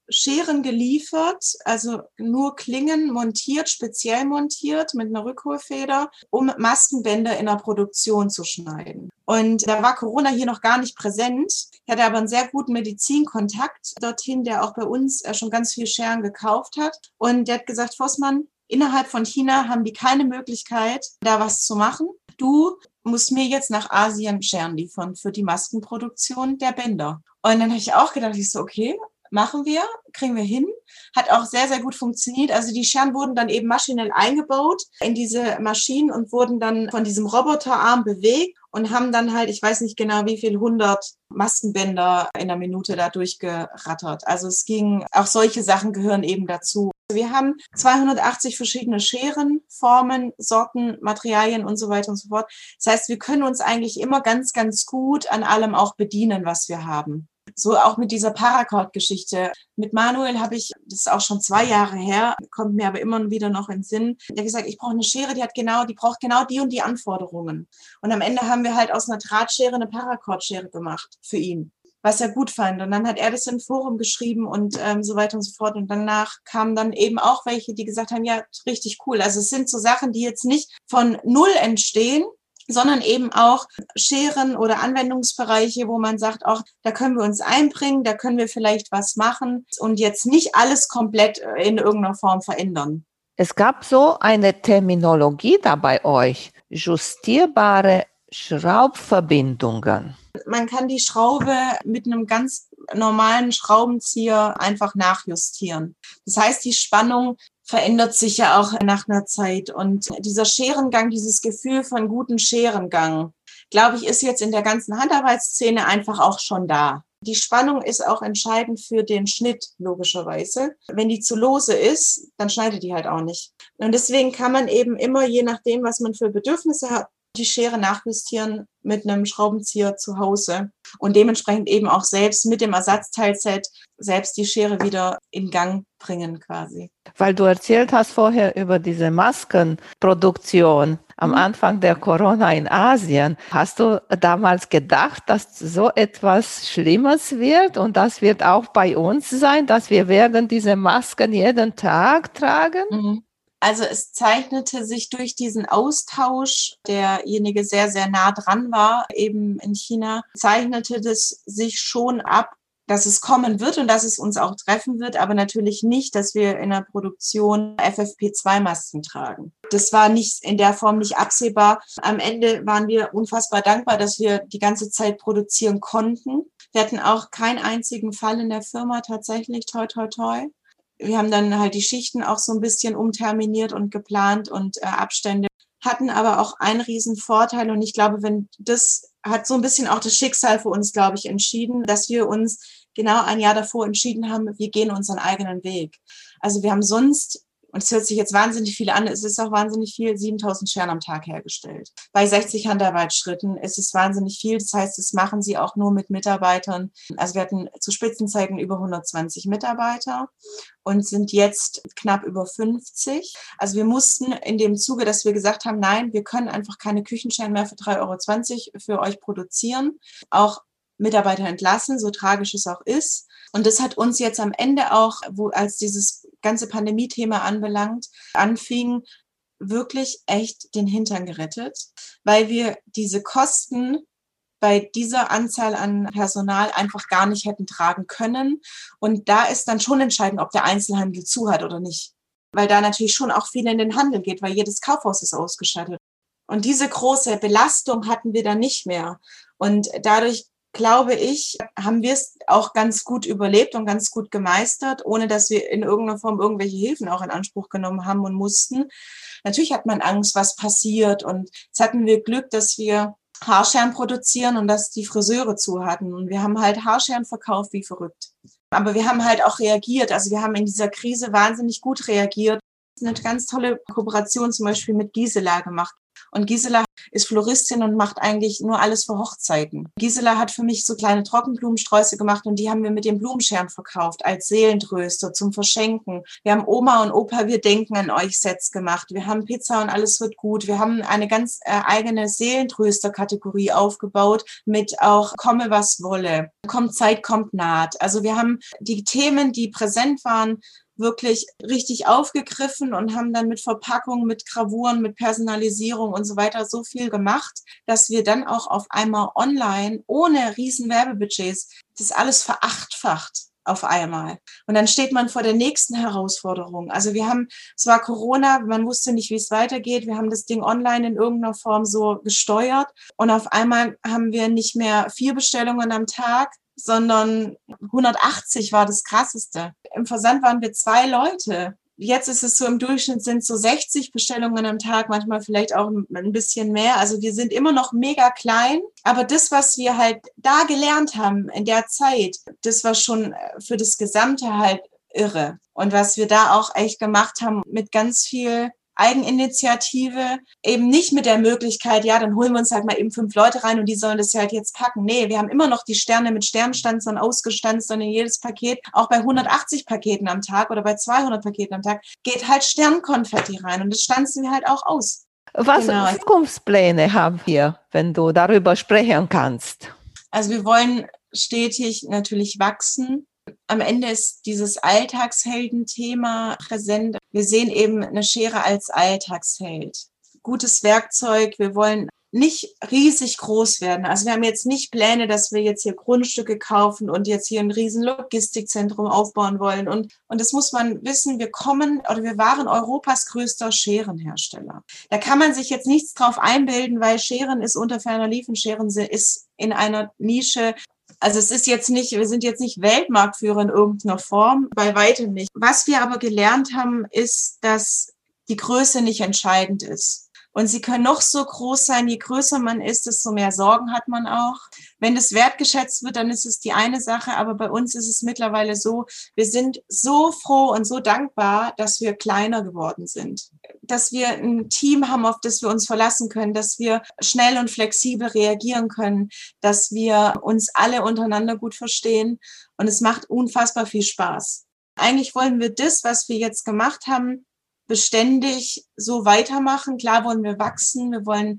Scheren geliefert, also nur Klingen montiert, speziell montiert mit einer Rückholfeder, um Maskenbänder in der Produktion zu schneiden. Und da war Corona hier noch gar nicht präsent. Ich hatte aber einen sehr guten Medizinkontakt dorthin, der auch bei uns schon ganz viel Scheren gekauft hat. Und der hat gesagt, Vossmann, innerhalb von China haben die keine Möglichkeit, da was zu machen. Du musst mir jetzt nach Asien Scheren liefern für die Maskenproduktion der Bänder. Und dann habe ich auch gedacht, ich so, okay, machen wir, kriegen wir hin. Hat auch sehr, sehr gut funktioniert. Also die Scheren wurden dann eben maschinell eingebaut in diese Maschinen und wurden dann von diesem Roboterarm bewegt und haben dann halt, ich weiß nicht genau wie viel, 100 Maskenbänder in der Minute da durchgerattert. Also es ging, auch solche Sachen gehören eben dazu. Wir haben 280 verschiedene Scheren, Formen, Sorten, Materialien und so weiter und so fort. Das heißt, wir können uns eigentlich immer ganz, ganz gut an allem auch bedienen, was wir haben. So auch mit dieser Paracord-Geschichte. Mit Manuel habe ich, das ist auch schon 2 Jahre her, kommt mir aber immer wieder noch in den Sinn, der hat gesagt, ich brauche eine Schere, die braucht genau die und die Anforderungen. Und am Ende haben wir halt aus einer Drahtschere eine Paracord-Schere gemacht für ihn, was er gut fand. Und dann hat er das im Forum geschrieben und so weiter und so fort. Und danach kamen dann eben auch welche, die gesagt haben, ja, richtig cool. Also es sind so Sachen, die jetzt nicht von null entstehen, sondern eben auch Scheren oder Anwendungsbereiche, wo man sagt, auch da können wir uns einbringen, da können wir vielleicht was machen und jetzt nicht alles komplett in irgendeiner Form verändern. Es gab so eine Terminologie da bei euch, justierbare Schraubverbindungen. Man kann die Schraube mit einem ganz normalen Schraubenzieher einfach nachjustieren. Das heißt, die Spannung verändert sich ja auch nach einer Zeit. Und dieser Scherengang, dieses Gefühl von guten Scherengang, glaube ich, ist jetzt in der ganzen Handarbeitsszene einfach auch schon da. Die Spannung ist auch entscheidend für den Schnitt, logischerweise. Wenn die zu lose ist, dann schneidet die halt auch nicht. Und deswegen kann man eben immer, je nachdem, was man für Bedürfnisse hat, die Schere nachjustieren mit einem Schraubenzieher zu Hause und dementsprechend eben auch selbst mit dem Ersatzteilset selbst die Schere wieder in Gang bringen quasi. Weil du erzählt hast vorher über diese Maskenproduktion am Anfang der Corona in Asien. Hast du damals gedacht, dass so etwas Schlimmes wird und das wird auch bei uns sein, dass wir werden diese Masken jeden Tag tragen? Mhm. Also es zeichnete sich durch diesen Austausch, derjenige sehr, sehr nah dran war, eben in China, zeichnete das sich schon ab, dass es kommen wird und dass es uns auch treffen wird, aber natürlich nicht, dass wir in der Produktion FFP2-Masken tragen. Das war nicht in der Form nicht absehbar. Am Ende waren wir unfassbar dankbar, dass wir die ganze Zeit produzieren konnten. Wir hatten auch keinen einzigen Fall in der Firma tatsächlich, toi, toi, toi. Wir haben dann halt die Schichten auch so ein bisschen umterminiert und geplant und Abstände, hatten aber auch einen riesen Vorteil. Und ich glaube, das hat so ein bisschen auch das Schicksal für uns, glaube ich, entschieden, dass wir uns genau ein Jahr davor entschieden haben, wir gehen unseren eigenen Weg. Also wir haben sonst, und es hört sich jetzt wahnsinnig viel an, es ist auch wahnsinnig viel, 7000 Scheren am Tag hergestellt. Bei 60 Handarbeitsschritten ist es wahnsinnig viel. Das heißt, das machen sie auch nur mit Mitarbeitern. Also wir hatten zu Spitzenzeiten über 120 Mitarbeiter und sind jetzt knapp über 50. Also wir mussten in dem Zuge, dass wir gesagt haben, nein, wir können einfach keine Küchenscheren mehr für 3,20 € für euch produzieren, auch Mitarbeiter entlassen, so tragisch es auch ist. Und das hat uns jetzt am Ende auch, als dieses ganze Pandemie-Thema anfing, wirklich echt den Hintern gerettet, weil wir diese Kosten bei dieser Anzahl an Personal einfach gar nicht hätten tragen können. Und da ist dann schon entscheidend, ob der Einzelhandel zu hat oder nicht. Weil da natürlich schon auch viel in den Handel geht, weil jedes Kaufhaus ist ausgestattet. Und diese große Belastung hatten wir dann nicht mehr. Und dadurch, glaube ich, haben wir es auch ganz gut überlebt und ganz gut gemeistert, ohne dass wir in irgendeiner Form irgendwelche Hilfen auch in Anspruch genommen haben und mussten. Natürlich hat man Angst, was passiert. Und jetzt hatten wir Glück, dass wir Haarscheren produzieren und dass die Friseure zu hatten. Und wir haben halt Haarscheren verkauft wie verrückt. Aber wir haben halt auch reagiert. Also wir haben in dieser Krise wahnsinnig gut reagiert. eine ganz tolle Kooperation zum Beispiel mit Gisela gemacht. Und Gisela ist Floristin und macht eigentlich nur alles für Hochzeiten. Gisela hat für mich so kleine Trockenblumensträuße gemacht und die haben wir mit den Blumenscheren verkauft als Seelentröster zum Verschenken. Wir haben Oma und Opa, wir denken an euch Sets gemacht. Wir haben Pizza und alles wird gut. Wir haben eine ganz eigene Seelentröster-Kategorie aufgebaut mit auch komme was wolle. Kommt Zeit, kommt naht. Also wir haben die Themen, die präsent waren, wirklich richtig aufgegriffen und haben dann mit Verpackung, mit Gravuren, mit Personalisierung und so weiter so viel gemacht, dass wir dann auch auf einmal online ohne riesen Werbebudgets das alles verachtfacht auf einmal. Und dann steht man vor der nächsten Herausforderung. Also es war Corona, man wusste nicht, wie es weitergeht. Wir haben das Ding online in irgendeiner Form so gesteuert und auf einmal haben wir nicht mehr 4 Bestellungen am Tag, sondern 180 war das Krasseste. Im Versand waren wir 2 Leute. Jetzt ist es so, im Durchschnitt sind so 60 Bestellungen am Tag, manchmal vielleicht auch ein bisschen mehr. Also wir sind immer noch mega klein. Aber das, was wir halt da gelernt haben in der Zeit, das war schon für das Gesamte halt irre. Und was wir da auch echt gemacht haben mit ganz viel Eigeninitiative, eben nicht mit der Möglichkeit, ja, dann holen wir uns halt mal eben 5 Leute rein und die sollen das ja halt jetzt packen. Nee, wir haben immer noch die Sterne mit Sternstanzern ausgestanzt und in jedes Paket, auch bei 180 Paketen am Tag oder bei 200 Paketen am Tag, geht halt Sternkonfetti rein und das stanzen wir halt auch aus. Was für Zukunftspläne haben wir, wenn du darüber sprechen kannst? Also wir wollen stetig natürlich wachsen. Am Ende ist dieses Alltagshelden-Thema präsent. Wir sehen eben eine Schere als Alltagsheld. Gutes Werkzeug. Wir wollen nicht riesig groß werden. Also wir haben jetzt nicht Pläne, dass wir jetzt hier Grundstücke kaufen und jetzt hier ein riesen Logistikzentrum aufbauen wollen. Und das muss man wissen, wir waren Europas größter Scherenhersteller. Da kann man sich jetzt nichts drauf einbilden, weil Scheren ist unter ferner Liefen. Scheren ist in einer Nische. Also wir sind jetzt nicht Weltmarktführer in irgendeiner Form, bei weitem nicht. Was wir aber gelernt haben, ist, dass die Größe nicht entscheidend ist. Und sie können noch so groß sein, je größer man ist, desto mehr Sorgen hat man auch. Wenn das wertgeschätzt wird, dann ist es die eine Sache, aber bei uns ist es mittlerweile so, wir sind so froh und so dankbar, dass wir kleiner geworden sind. Dass wir ein Team haben, auf das wir uns verlassen können, dass wir schnell und flexibel reagieren können, dass wir uns alle untereinander gut verstehen und es macht unfassbar viel Spaß. Eigentlich wollen wir das, was wir jetzt gemacht haben, beständig so weitermachen. Klar wollen wir wachsen,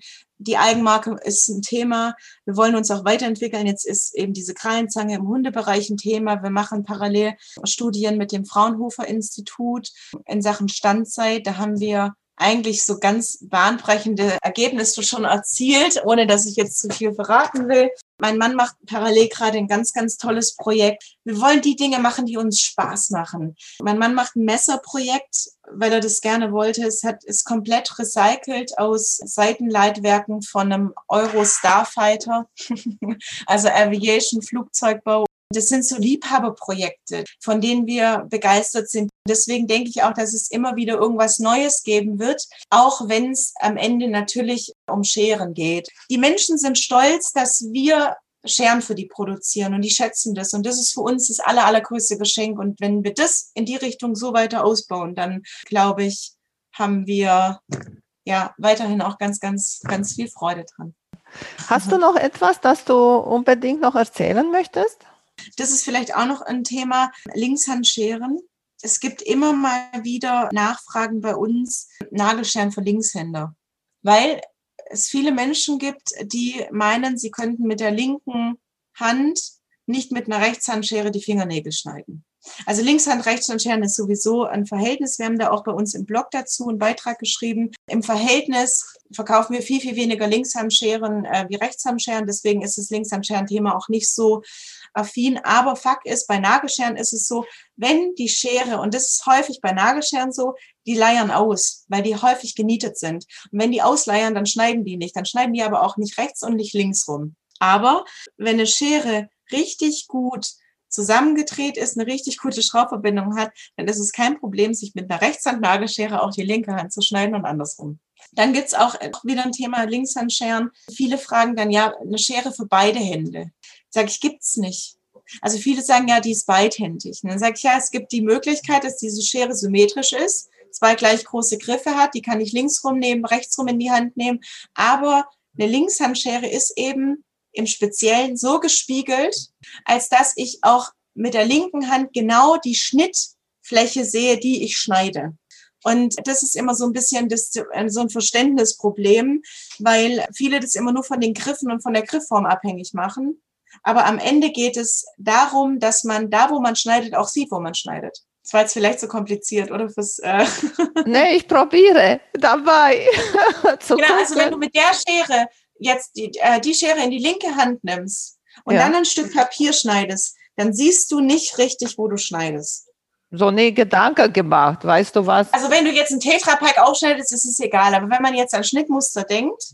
die Eigenmarke ist ein Thema, wir wollen uns auch weiterentwickeln. Jetzt ist eben diese Krallenzange im Hundebereich ein Thema. Wir machen parallel Studien mit dem Fraunhofer-Institut in Sachen Standzeit. Da haben wir eigentlich so ganz bahnbrechende Ergebnisse schon erzielt, ohne dass ich jetzt zu viel verraten will. Mein Mann macht parallel gerade ein ganz, ganz tolles Projekt. Wir wollen die Dinge machen, die uns Spaß machen. Mein Mann macht ein Messerprojekt, weil er das gerne wollte. Es ist komplett recycelt aus Seitenleitwerken von einem Euro Starfighter, also Aviation Flugzeugbau. Das sind so Liebhaberprojekte, von denen wir begeistert sind. Deswegen denke ich auch, dass es immer wieder irgendwas Neues geben wird, auch wenn es am Ende natürlich um Scheren geht. Die Menschen sind stolz, dass wir Scheren für die produzieren und die schätzen das. Und das ist für uns das allergrößte Geschenk. Und wenn wir das in die Richtung so weiter ausbauen, dann glaube ich, haben wir ja weiterhin auch ganz, ganz, ganz viel Freude dran. Hast du noch etwas, das du unbedingt noch erzählen möchtest? Das ist vielleicht auch noch ein Thema, Linkshandscheren. Es gibt immer mal wieder Nachfragen bei uns, Nagelscheren für Linkshänder, weil es viele Menschen gibt, die meinen, sie könnten mit der linken Hand nicht mit einer Rechtshandschere die Fingernägel schneiden. Also Linkshand, Rechtshandscheren ist sowieso ein Verhältnis. Wir haben da auch bei uns im Blog dazu einen Beitrag geschrieben. Im Verhältnis verkaufen wir viel, viel weniger Linkshandscheren wie Rechtshandscheren. Deswegen ist das Linkshandscheren-Thema auch nicht so affin. Aber Fakt ist, bei Nagelscheren ist es so, wenn die Schere, und das ist häufig bei Nagelscheren so, die leiern aus, weil die häufig genietet sind. Und wenn die ausleiern, dann schneiden die nicht. Dann schneiden die aber auch nicht rechts und nicht links rum. Aber wenn eine Schere richtig gut zusammengedreht ist, eine richtig gute Schraubverbindung hat, dann ist es kein Problem, sich mit einer Rechtshandnagelschere auch die linke Hand zu schneiden und andersrum. Dann gibt's auch wieder ein Thema Linkshandscheren. Viele fragen dann, ja, eine Schere für beide Hände. Sag ich, gibt's nicht. Also viele sagen, ja, die ist beidhändig. Und dann sage ich, ja, es gibt die Möglichkeit, dass diese Schere symmetrisch ist. 2 gleich große Griffe hat. Die kann ich links rum nehmen, rechts rum in die Hand nehmen. Aber eine Linkshandschere ist eben im Speziellen so gespiegelt, als dass ich auch mit der linken Hand genau die Schnittfläche sehe, die ich schneide. Und das ist immer so ein bisschen so ein Verständnisproblem, weil viele das immer nur von den Griffen und von der Griffform abhängig machen. Aber am Ende geht es darum, dass man da, wo man schneidet, auch sieht, wo man schneidet. Das war jetzt vielleicht so kompliziert, oder? Nee, ich probiere dabei zu Genau, gucken. also wenn du mit der Schere jetzt die Schere in die linke Hand nimmst und dann ein Stück Papier schneidest, dann siehst du nicht richtig, wo du schneidest. So nie Gedanken gemacht, weißt du was? Also wenn du jetzt einen Tetrapack aufschneidest, ist es egal. Aber wenn man jetzt an Schnittmuster denkt,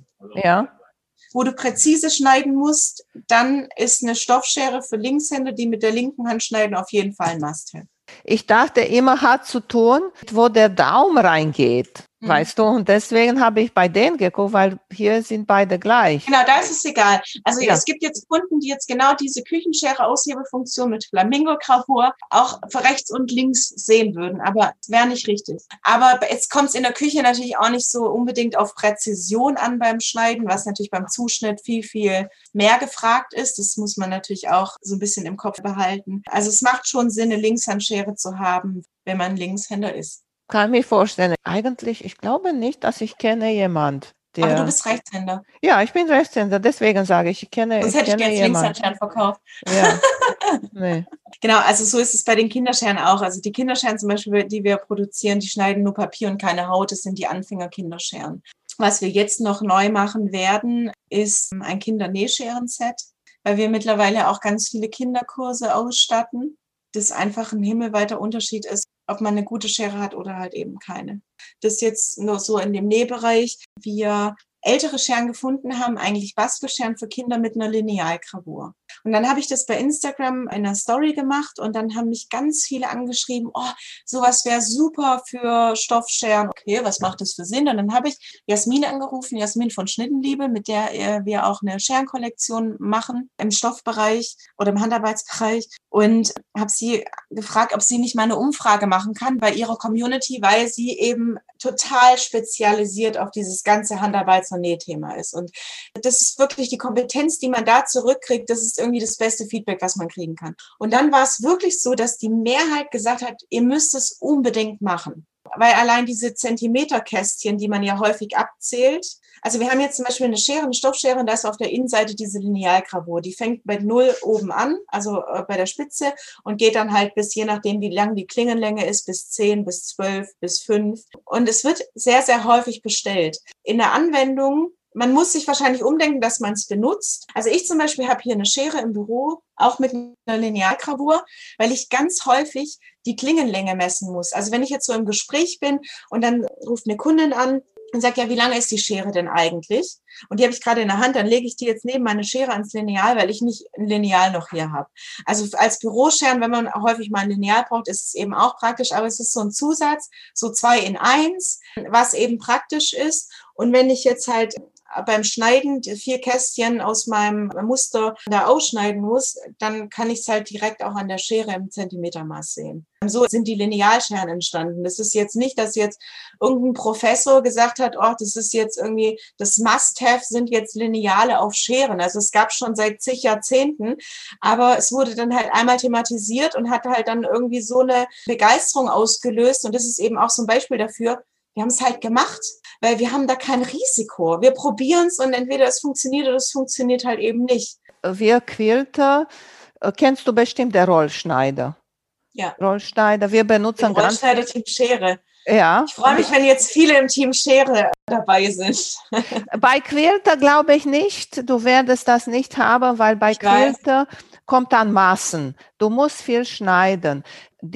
wo du präzise schneiden musst, dann ist eine Stoffschere für Linkshänder, die mit der linken Hand schneiden, auf jeden Fall ein Must-have. Ich dachte immer, hat zu tun, wo der Daumen reingeht, weißt du? Und deswegen habe ich bei denen geguckt, weil hier sind beide gleich. Genau, da ist es egal. Also es gibt jetzt Kunden, die jetzt genau diese Küchenschere-Aushebelfunktion mit Flamingo-Gravur auch für rechts und links sehen würden, aber es wäre nicht richtig. Aber jetzt kommt es in der Küche natürlich auch nicht so unbedingt auf Präzision an beim Schneiden, was natürlich beim Zuschnitt viel, viel mehr gefragt ist. Das muss man natürlich auch so ein bisschen im Kopf behalten. Also es macht schon Sinn, eine Linkshandschere zu haben, wenn man Linkshänder ist. Kann mir vorstellen. Eigentlich, ich glaube nicht, dass ich kenne jemand, der... Aber du bist Rechtshänder. Ja, ich bin Rechtshänder, deswegen sage ich, ich kenne jemanden. Sonst hätte ich jetzt Linkshandscheren verkauft. Ja, nee. Genau, also so ist es bei den Kinderscheren auch. Also die Kinderscheren zum Beispiel, die wir produzieren, die schneiden nur Papier und keine Haut. Das sind die Anfänger-Kinderscheren. Was wir jetzt noch neu machen werden, ist ein Kindernähscheren-Set, weil wir mittlerweile auch ganz viele Kinderkurse ausstatten. Das einfach ein himmelweiter Unterschied ist, ob man eine gute Schere hat oder halt eben keine. Das jetzt nur so in dem Nähbereich. Wir ältere Scheren gefunden haben, eigentlich Bastelscheren für Kinder mit einer Linealgravur. Und dann habe ich das bei Instagram in einer Story gemacht und dann haben mich ganz viele angeschrieben, oh, sowas wäre super für Stoffscheren. Okay, was macht das für Sinn? Und dann habe ich Jasmin angerufen, Jasmin von Schnittenliebe, mit der wir auch eine Scherenkollektion machen im Stoffbereich oder im Handarbeitsbereich und habe sie gefragt, ob sie nicht mal eine Umfrage machen kann bei ihrer Community, weil sie eben total spezialisiert auf dieses ganze Handarbeits- und Nähthema ist. Und das ist wirklich die Kompetenz, die man da zurückkriegt, das ist irgendwie das beste Feedback, was man kriegen kann. Und dann war es wirklich so, dass die Mehrheit gesagt hat, ihr müsst es unbedingt machen. Weil allein diese Zentimeterkästchen, die man ja häufig abzählt, also wir haben jetzt zum Beispiel eine Schere, eine Stoffschere, und da ist auf der Innenseite diese Linealgravur. Die fängt bei 0 oben an, also bei der Spitze, und geht dann halt bis, je nachdem wie lang die Klingenlänge ist, bis 10, bis 12, bis 5. Und es wird sehr, sehr häufig bestellt. In der Anwendung, man muss sich wahrscheinlich umdenken, dass man es benutzt. Also ich zum Beispiel habe hier eine Schere im Büro, auch mit einer Linealgravur, weil ich ganz häufig die Klingenlänge messen muss. Also wenn ich jetzt so im Gespräch bin und dann ruft eine Kundin an und sagt, ja, wie lange ist die Schere denn eigentlich? Und die habe ich gerade in der Hand, dann lege ich die jetzt neben meine Schere ans Lineal, weil ich nicht ein Lineal noch hier habe. Also als Büroscheren, wenn man häufig mal ein Lineal braucht, ist es eben auch praktisch, aber es ist so ein Zusatz, so 2 in 1, was eben praktisch ist. Und wenn ich jetzt halt beim Schneiden 4 Kästchen aus meinem Muster da ausschneiden muss, dann kann ich es halt direkt auch an der Schere im Zentimetermaß sehen. So sind die Linealscheren entstanden. Das ist jetzt nicht, dass jetzt irgendein Professor gesagt hat, oh, das ist jetzt irgendwie, das Must-Have sind jetzt Lineale auf Scheren. Also es gab schon seit zig Jahrzehnten, aber es wurde dann halt einmal thematisiert und hat halt dann irgendwie so eine Begeisterung ausgelöst. Und das ist eben auch so ein Beispiel dafür, wir haben es halt gemacht, weil wir haben da kein Risiko. Wir probieren es und entweder es funktioniert oder es funktioniert halt eben nicht. Wir Quilter, kennst du bestimmt den Rollschneider? Ja. Rollschneider, wir benutzen Rollschneider Team Schere. Ja. Ich freue mich, wenn jetzt viele im Team Schere dabei sind. Bei Quilter glaube ich nicht. Du werdest das nicht haben, weil bei Quilter kommt an Maßen. Du musst viel schneiden.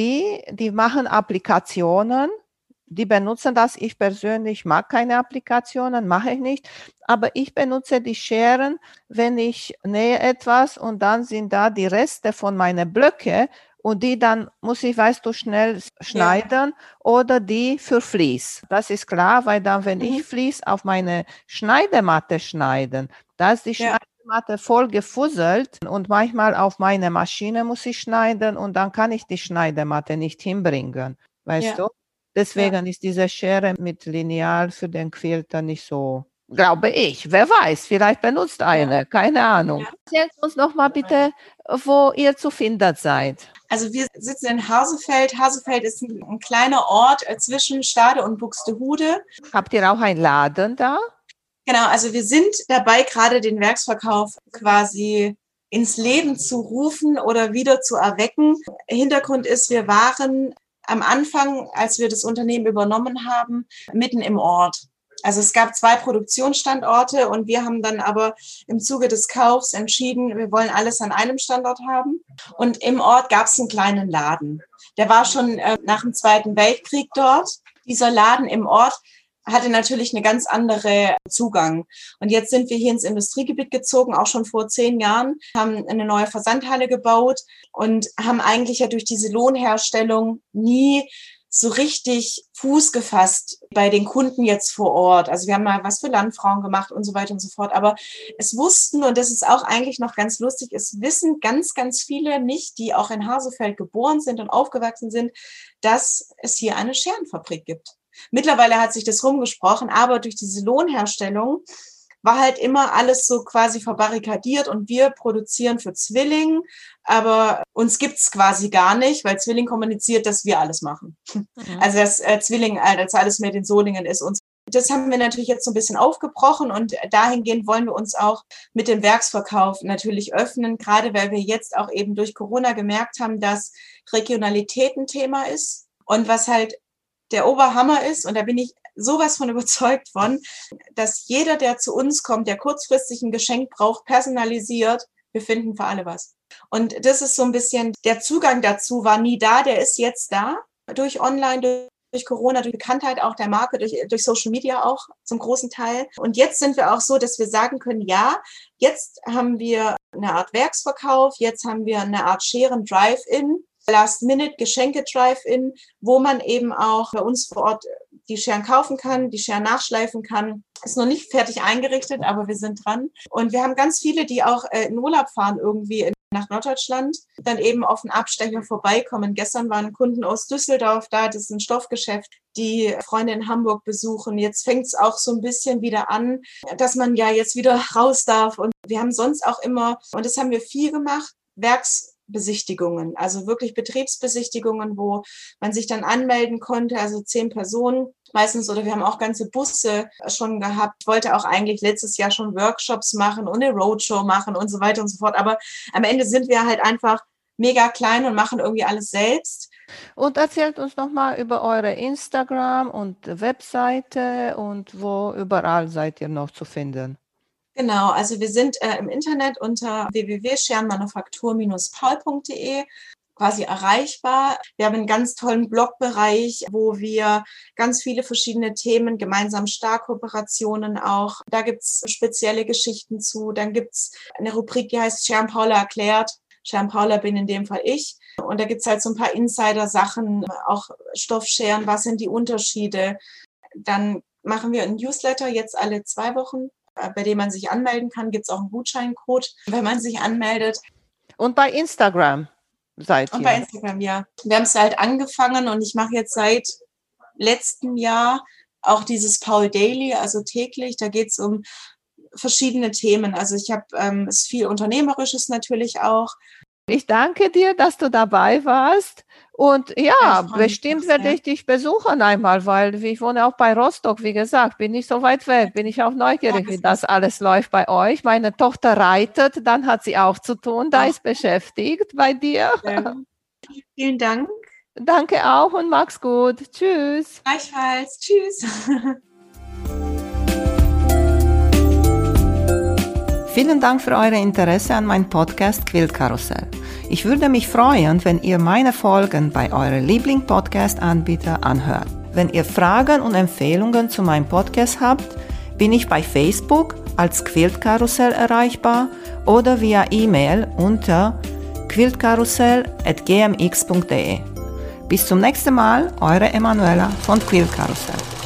Die machen Applikationen. Die benutzen das. Ich persönlich mag keine Applikationen, mache ich nicht. Aber ich benutze die Scheren, wenn ich nähe etwas und dann sind da die Reste von meinen Blöcke und die dann muss ich, weißt du, schnell schneiden oder die für Vlies. Das ist klar, weil dann, wenn ich Vlies auf meine Schneidematte schneiden, da ist die Schneidematte voll gefusselt und manchmal auf meine Maschine muss ich schneiden und dann kann ich die Schneidematte nicht hinbringen, weißt du? Deswegen ist diese Schere mit Lineal für den Quilter nicht so, glaube ich. Wer weiß, vielleicht benutzt eine, keine Ahnung. Erzählt uns noch mal bitte, wo ihr zu finden seid. Also wir sitzen in Harsefeld. Harsefeld ist ein kleiner Ort zwischen Stade und Buxtehude. Habt ihr auch einen Laden da? Genau, also wir sind dabei, gerade den Werksverkauf quasi ins Leben zu rufen oder wieder zu erwecken. Hintergrund ist, wir waren am Anfang, als wir das Unternehmen übernommen haben, mitten im Ort. Also es gab 2 Produktionsstandorte und wir haben dann aber im Zuge des Kaufs entschieden, wir wollen alles an einem Standort haben. Und im Ort gab es einen kleinen Laden. Der war schon nach dem Zweiten Weltkrieg dort. Dieser Laden im Ort hatte natürlich eine ganz andere Zugang. Und jetzt sind wir hier ins Industriegebiet gezogen, auch schon vor 10 Jahren, haben eine neue Versandhalle gebaut und haben eigentlich ja durch diese Lohnherstellung nie so richtig Fuß gefasst bei den Kunden jetzt vor Ort. Also wir haben mal was für Landfrauen gemacht und so weiter und so fort. Aber es wussten, und das ist auch eigentlich noch ganz lustig, es wissen ganz, ganz viele nicht, die auch in Harsefeld geboren sind und aufgewachsen sind, dass es hier eine Scherenfabrik gibt. Mittlerweile hat sich das rumgesprochen, aber durch diese Lohnherstellung war halt immer alles so quasi verbarrikadiert und wir produzieren für Zwilling, aber uns gibt's quasi gar nicht, weil Zwilling kommuniziert, dass wir alles machen. Also dass Zwilling als alles mit in Solingen ist. Und das haben wir natürlich jetzt so ein bisschen aufgebrochen und dahingehend wollen wir uns auch mit dem Werksverkauf natürlich öffnen, gerade weil wir jetzt auch eben durch Corona gemerkt haben, dass Regionalität ein Thema ist und was halt der Oberhammer ist, und da bin ich sowas von überzeugt von, dass jeder, der zu uns kommt, der kurzfristig ein Geschenk braucht, personalisiert, wir finden für alle was. Und das ist so ein bisschen, der Zugang dazu war nie da, der ist jetzt da, durch Online, durch Corona, durch Bekanntheit auch der Marke, durch Social Media auch zum großen Teil. Und jetzt sind wir auch so, dass wir sagen können, ja, jetzt haben wir eine Art Werksverkauf, jetzt haben wir eine Art Scheren-Drive-In, Last-Minute-Geschenke-Drive-In, wo man eben auch bei uns vor Ort die Scheren kaufen kann, die Scheren nachschleifen kann. Ist noch nicht fertig eingerichtet, aber wir sind dran. Und wir haben ganz viele, die auch in Urlaub fahren irgendwie nach Norddeutschland, dann eben auf den Abstecher vorbeikommen. Gestern waren Kunden aus Düsseldorf da, das ist ein Stoffgeschäft, die Freunde in Hamburg besuchen. Jetzt fängt es auch so ein bisschen wieder an, dass man ja jetzt wieder raus darf. Und wir haben sonst auch immer, und das haben wir viel gemacht, Werksbesichtigungen, also wirklich Betriebsbesichtigungen, wo man sich dann anmelden konnte, also 10 Personen meistens, oder wir haben auch ganze Busse schon gehabt. Ich wollte auch eigentlich letztes Jahr schon Workshops machen und eine Roadshow machen und so weiter und so fort, aber am Ende sind wir halt einfach mega klein und machen irgendwie alles selbst. Und erzählt uns nochmal über eure Instagram und Webseite und wo überall seid ihr noch zu finden. Genau, also wir sind im Internet unter www.scherenmanufaktur-paul.de quasi erreichbar. Wir haben einen ganz tollen Blogbereich, wo wir ganz viele verschiedene Themen, gemeinsam Starkooperationen auch, da gibt's spezielle Geschichten zu. Dann gibt's eine Rubrik, die heißt Scheren Paula erklärt. Scheren Paula bin in dem Fall ich. Und da gibt's halt so ein paar Insider-Sachen, auch Stoffscheren, was sind die Unterschiede. Dann machen wir ein Newsletter jetzt alle 2 Wochen, bei dem man sich anmelden kann. Gibt's auch einen Gutscheincode, wenn man sich anmeldet. Und bei Instagram seid ihr? Und bei Instagram, ja. Wir haben es halt angefangen und ich mache jetzt seit letztem Jahr auch dieses Paul Daily, also täglich. Da geht's um verschiedene Themen. Also ich habe es ist viel Unternehmerisches natürlich auch. Ich danke dir, dass du dabei warst. Und ja, bestimmt werde ich dich besuchen einmal, weil ich wohne auch bei Rostock, wie gesagt, bin nicht so weit weg, bin ich auch neugierig, wie das alles läuft bei euch. Meine Tochter reitet, dann hat sie auch zu tun, da ist beschäftigt bei dir. Ja. Vielen Dank. Danke auch und mach's gut. Tschüss. Gleichfalls. Tschüss. Vielen Dank für euer Interesse an meinem Podcast Quiltkarussell. Ich würde mich freuen, wenn ihr meine Folgen bei eurem Liebling-Podcast-Anbieter anhört. Wenn ihr Fragen und Empfehlungen zu meinem Podcast habt, bin ich bei Facebook als Quiltkarussell erreichbar oder via E-Mail unter quiltkarussell@gmx.de. Bis zum nächsten Mal, eure Emanuela von Quiltkarussell.